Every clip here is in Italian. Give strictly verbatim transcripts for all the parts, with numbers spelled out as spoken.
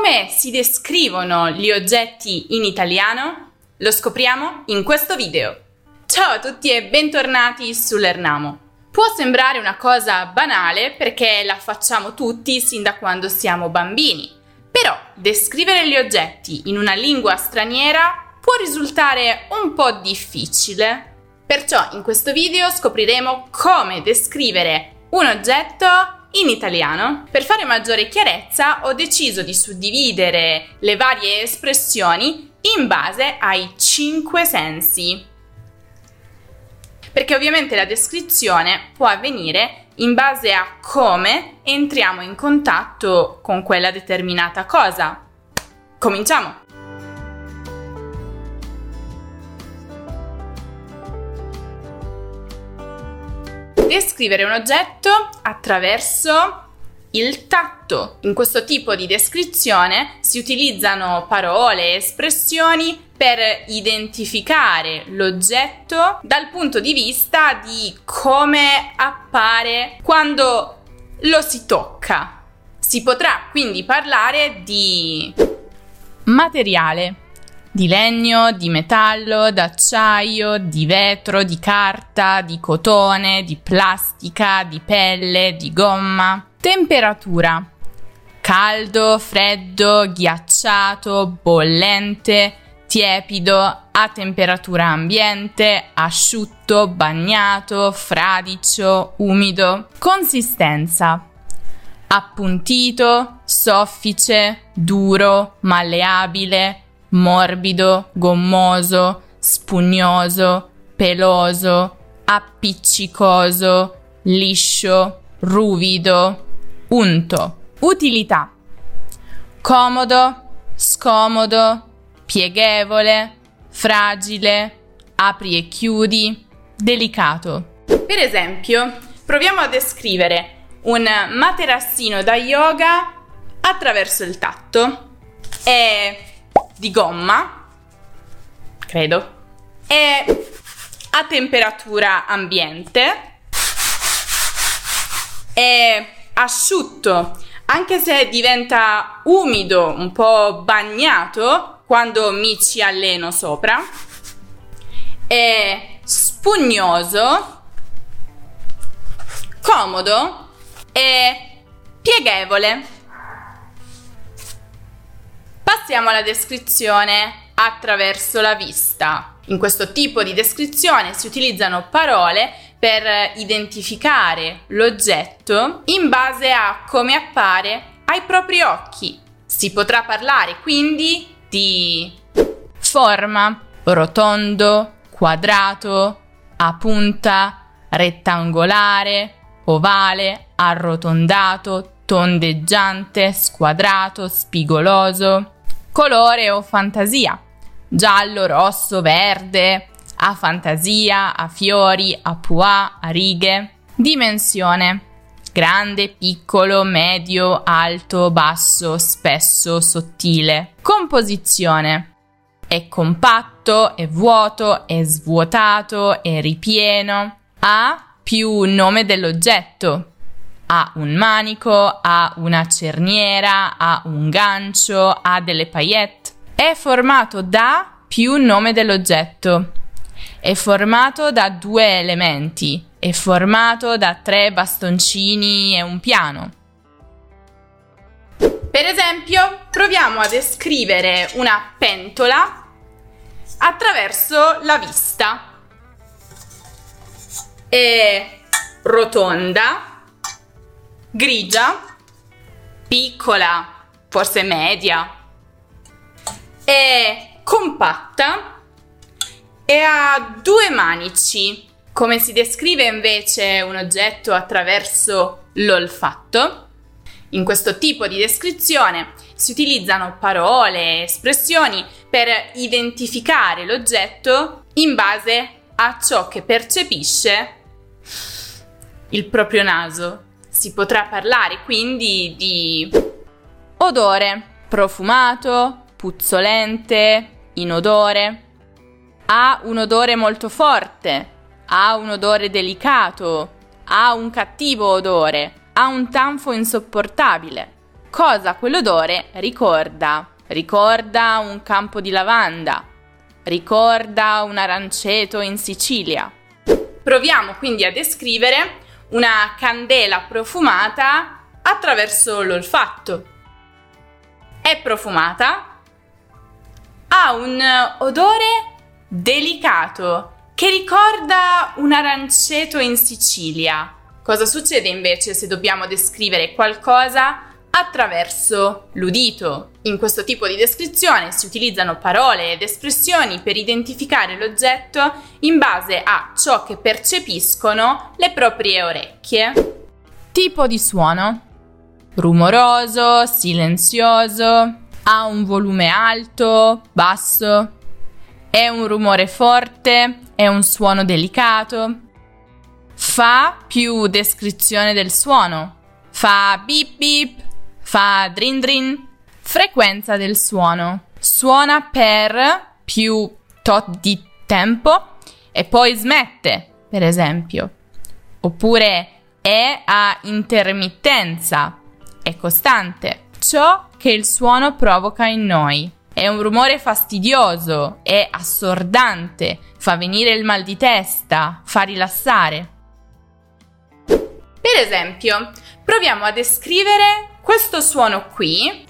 Come si descrivono gli oggetti in italiano? Lo scopriamo in questo video. Ciao a tutti e bentornati su Learnamo. Può sembrare una cosa banale perché la facciamo tutti sin da quando siamo bambini, però descrivere gli oggetti in una lingua straniera può risultare un po' difficile. Perciò in questo video scopriremo come descrivere un oggetto in italiano. Per fare maggiore chiarezza ho deciso di suddividere le varie espressioni in base ai cinque sensi, perché ovviamente la descrizione può avvenire in base a come entriamo in contatto con quella determinata cosa. Cominciamo! Descrivere un oggetto attraverso il tatto. In questo tipo di descrizione si utilizzano parole e espressioni per identificare l'oggetto dal punto di vista di come appare quando lo si tocca. Si potrà quindi parlare di materiale, di legno, di metallo, d'acciaio, di vetro, di carta, di cotone, di plastica, di pelle, di gomma. Temperatura: caldo, freddo, ghiacciato, bollente, tiepido, a temperatura ambiente, asciutto, bagnato, fradicio, umido. Consistenza: appuntito, soffice, duro, malleabile, morbido, gommoso, spugnoso, peloso, appiccicoso, liscio, ruvido, unto. Utilità: comodo, scomodo, pieghevole, fragile, apri e chiudi, delicato. Per esempio, proviamo a descrivere un materassino da yoga attraverso il tatto. È di gomma, credo, è a temperatura ambiente, è asciutto, anche se diventa umido, un po' bagnato quando mi ci alleno sopra, è spugnoso, comodo e pieghevole. Passiamo alla descrizione attraverso la vista. In questo tipo di descrizione si utilizzano parole per identificare l'oggetto in base a come appare ai propri occhi. Si potrà parlare quindi di forma: rotondo, quadrato, a punta, rettangolare, ovale, arrotondato, tondeggiante, squadrato, spigoloso. Colore o fantasia: giallo, rosso, verde, a fantasia, a fiori, a pois, a righe. Dimensione: grande, piccolo, medio, alto, basso, spesso, sottile. Composizione: è compatto, è vuoto, è svuotato, è ripieno. Ha più nome dell'oggetto: ha un manico, ha una cerniera, ha un gancio, ha delle paillette. È formato da più nome dell'oggetto. È formato da due elementi. È formato da tre bastoncini e un piano. Per esempio, proviamo a descrivere una pentola attraverso la vista. È rotonda, grigia, piccola, forse media, è compatta e ha due manici. Come si descrive invece un oggetto attraverso l'olfatto? In questo tipo di descrizione si utilizzano parole e espressioni per identificare l'oggetto in base a ciò che percepisce il proprio naso. Si potrà parlare quindi di odore: profumato, puzzolente, inodore. Ha un odore molto forte, ha un odore delicato, ha un cattivo odore, ha un tanfo insopportabile. cosa quell'odore ricorda. Ricorda un campo di lavanda, ricorda un aranceto in Sicilia. Proviamo quindi a descrivere una candela profumata attraverso l'olfatto. È profumata, ha un odore delicato che ricorda un aranceto in Sicilia. Cosa succede invece se dobbiamo descrivere qualcosa attraverso l'udito? In questo tipo di descrizione si utilizzano parole ed espressioni per identificare l'oggetto in base a ciò che percepiscono le proprie orecchie. Tipo di suono: rumoroso, silenzioso, ha un volume alto, basso, è un rumore forte, è un suono delicato. Fa più descrizione del suono, fa beep beep, fa drin drin. Frequenza del suono: suona per più tot di tempo e poi smette, per esempio. Oppure è a intermittenza, è costante. Ciò che il suono provoca in noi: è un rumore fastidioso, è assordante, fa venire il mal di testa, fa rilassare. Per esempio, proviamo a descrivere questo suono qui,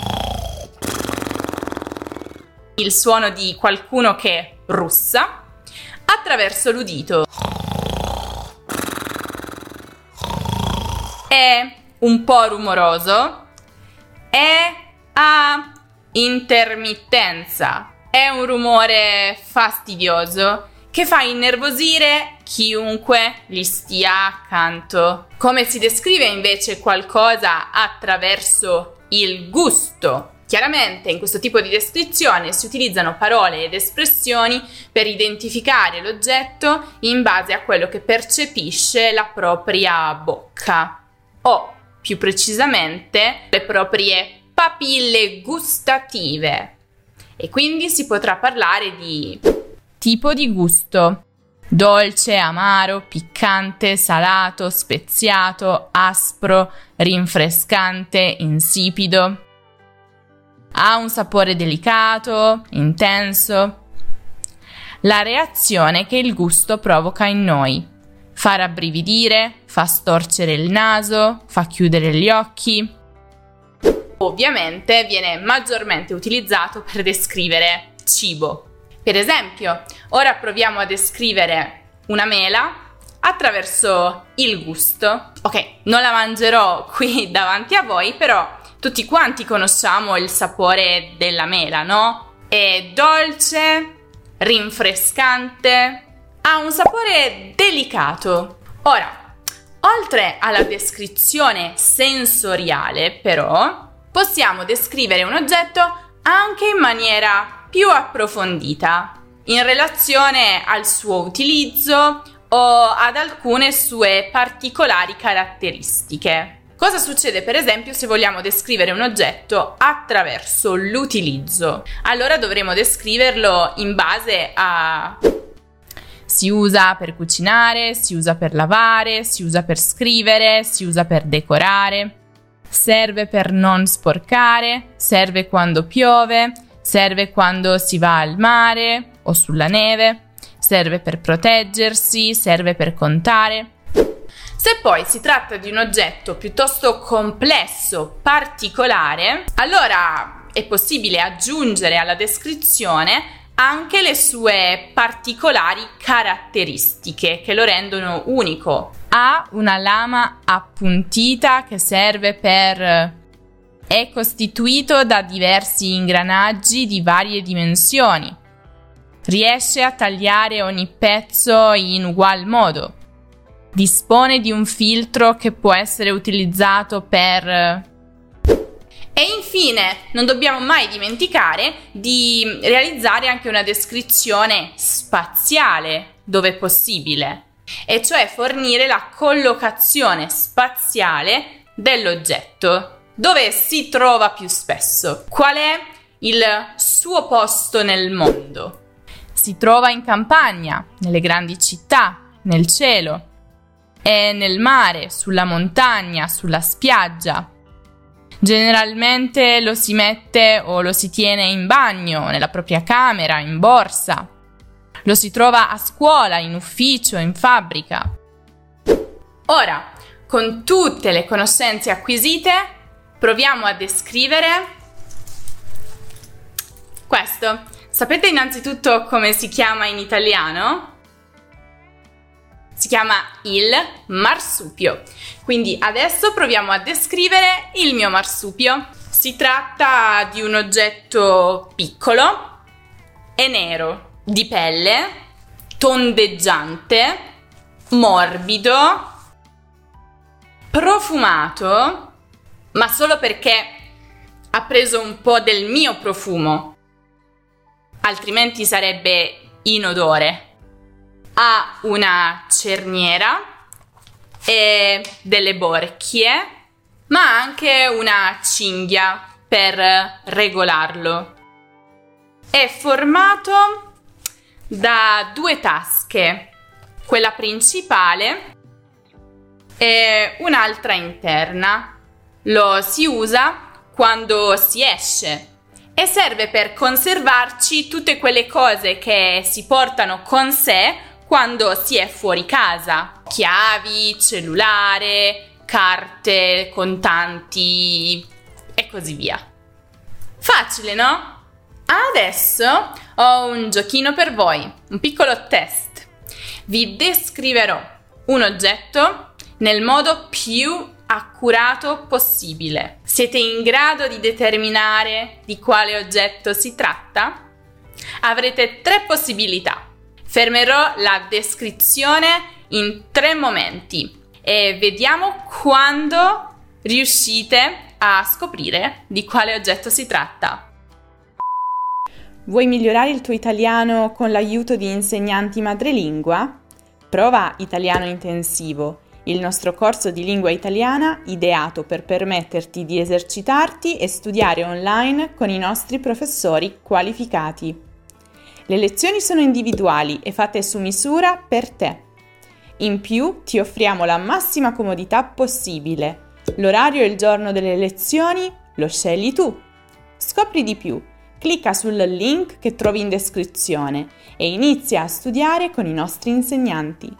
il suono di qualcuno che russa, attraverso l'udito. È un po' rumoroso, è a intermittenza, è un rumore fastidioso che fa innervosire chiunque gli stia accanto. Come si descrive invece qualcosa attraverso il gusto? Chiaramente in questo tipo di descrizione si utilizzano parole ed espressioni per identificare l'oggetto in base a quello che percepisce la propria bocca, o più precisamente le proprie papille gustative. E quindi si potrà parlare di tipo di gusto: dolce, amaro, piccante, salato, speziato, aspro, rinfrescante, insipido. Ha un sapore delicato, intenso. La reazione che il gusto provoca in noi: fa rabbrividire, fa storcere il naso, fa chiudere gli occhi. Ovviamente viene maggiormente utilizzato per descrivere cibo. Per esempio, ora proviamo a descrivere una mela attraverso il gusto. Ok, non la mangerò qui davanti a voi, però tutti quanti conosciamo il sapore della mela, no? È dolce, rinfrescante, ha un sapore delicato. Ora, oltre alla descrizione sensoriale, però, possiamo descrivere un oggetto anche in maniera più approfondita, in relazione al suo utilizzo o ad alcune sue particolari caratteristiche. Cosa succede per esempio se vogliamo descrivere un oggetto attraverso l'utilizzo? Allora dovremo descriverlo in base a: si usa per cucinare, si usa per lavare, si usa per scrivere, si usa per decorare, serve per non sporcare, serve quando piove, serve quando si va al mare o sulla neve, serve per proteggersi, serve per contare. Se poi si tratta di un oggetto piuttosto complesso, particolare, allora è possibile aggiungere alla descrizione anche le sue particolari caratteristiche che lo rendono unico. Ha una lama appuntita che serve per... È costituito da diversi ingranaggi di varie dimensioni. Riesce a tagliare ogni pezzo in ugual modo. Dispone di un filtro che può essere utilizzato per... E infine, non dobbiamo mai dimenticare di realizzare anche una descrizione spaziale, dove è possibile, e cioè fornire la collocazione spaziale dell'oggetto, dove si trova più spesso, qual è il suo posto nel mondo. Si trova in campagna, nelle grandi città, nel cielo, è nel mare, sulla montagna, sulla spiaggia. Generalmente lo si mette o lo si tiene in bagno, nella propria camera, in borsa. Lo si trova a scuola, in ufficio, in fabbrica. Ora, con tutte le conoscenze acquisite, proviamo a descrivere questo. Sapete innanzitutto come si chiama in italiano? Si chiama il marsupio. Quindi adesso proviamo a descrivere il mio marsupio. Si tratta di un oggetto piccolo, è nero, di pelle, tondeggiante, morbido, profumato, ma solo perché ha preso un po' del mio profumo, altrimenti sarebbe inodore. Ha una cerniera e delle borchie, ma anche una cinghia per regolarlo. È formato da due tasche, quella principale e un'altra interna. Lo si usa quando si esce e serve per conservarci tutte quelle cose che si portano con sé quando si è fuori casa. Chiavi, cellulare, carte, contanti e così via. Facile, no? Adesso ho un giochino per voi, un piccolo test. Vi descriverò un oggetto nel modo più accurato possibile. Siete in grado di determinare di quale oggetto si tratta? Avrete tre possibilità. Fermerò la descrizione in tre momenti e vediamo quando riuscite a scoprire di quale oggetto si tratta. Vuoi migliorare il tuo italiano con l'aiuto di insegnanti madrelingua? Prova Italiano Intensivo, il nostro corso di lingua italiana ideato per permetterti di esercitarti e studiare online con i nostri professori qualificati. Le lezioni sono individuali e fatte su misura per te. In più ti offriamo la massima comodità possibile. L'orario e il giorno delle lezioni lo scegli tu. Scopri di più. Clicca sul link che trovi in descrizione e inizia a studiare con i nostri insegnanti.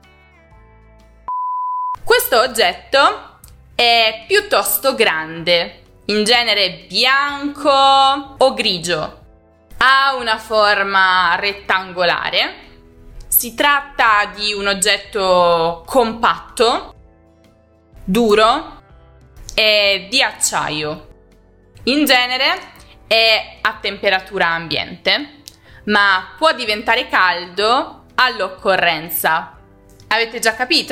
Questo oggetto è piuttosto grande, in genere bianco o grigio. Ha una forma rettangolare. Si tratta di un oggetto compatto, duro e di acciaio. In genere è a temperatura ambiente, ma può diventare caldo all'occorrenza. Avete già capito?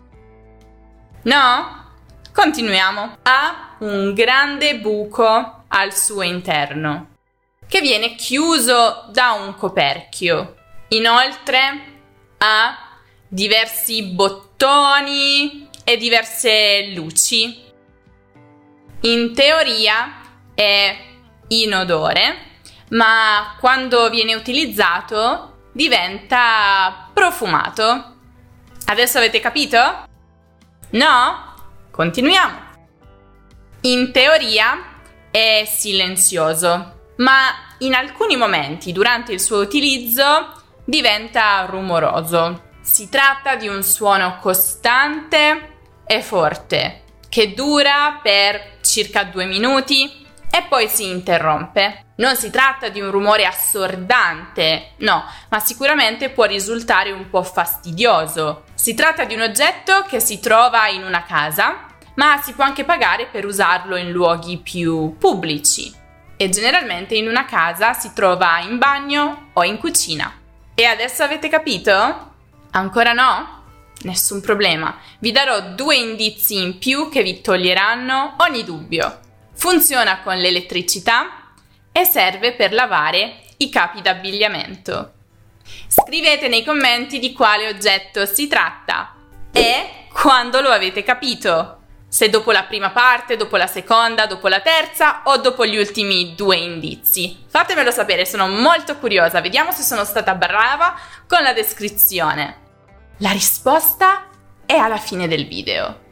No? Continuiamo. Ha un grande buco al suo interno, che viene chiuso da un coperchio. Inoltre ha diversi bottoni e diverse luci. In teoria è inodore, ma quando viene utilizzato diventa profumato. Adesso avete capito? No? Continuiamo. In teoria è silenzioso, ma in alcuni momenti durante il suo utilizzo diventa rumoroso. Si tratta di un suono costante e forte che dura per circa due minuti e poi si interrompe. Non si tratta di un rumore assordante, no, ma sicuramente può risultare un po' fastidioso. Si tratta di un oggetto che si trova in una casa, ma si può anche pagare per usarlo in luoghi più pubblici. E generalmente in una casa si trova in bagno o in cucina. E adesso avete capito? Ancora no? Nessun problema. Vi darò due indizi in più che vi toglieranno ogni dubbio. Funziona con l'elettricità e serve per lavare i capi d'abbigliamento. Scrivete nei commenti di quale oggetto si tratta e quando lo avete capito. Se dopo la prima parte, dopo la seconda, dopo la terza o dopo gli ultimi due indizi. Fatemelo sapere, sono molto curiosa. Vediamo se sono stata brava con la descrizione. La risposta è alla fine del video.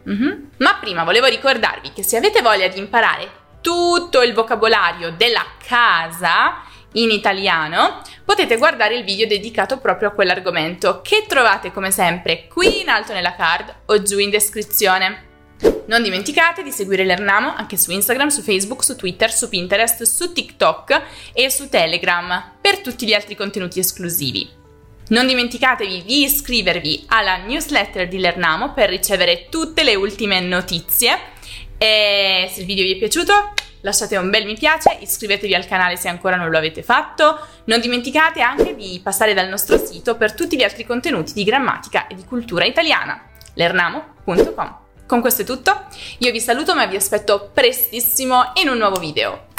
Mm-hmm. Ma prima volevo ricordarvi che se avete voglia di imparare tutto il vocabolario della casa in italiano, potete guardare il video dedicato proprio a quell'argomento, che trovate come sempre qui in alto nella card o giù in descrizione. Non dimenticate di seguire l'Ernamo anche su Instagram, su Facebook, su Twitter, su Pinterest, su TikTok e su Telegram per tutti gli altri contenuti esclusivi. Non dimenticatevi di iscrivervi alla newsletter di l'Ernamo per ricevere tutte le ultime notizie. E se il video vi è piaciuto, lasciate un bel mi piace, iscrivetevi al canale se ancora non lo avete fatto. Non dimenticate anche di passare dal nostro sito per tutti gli altri contenuti di grammatica e di cultura italiana, l'ernamo punto com. Con questo è tutto, io vi saluto ma vi aspetto prestissimo in un nuovo video.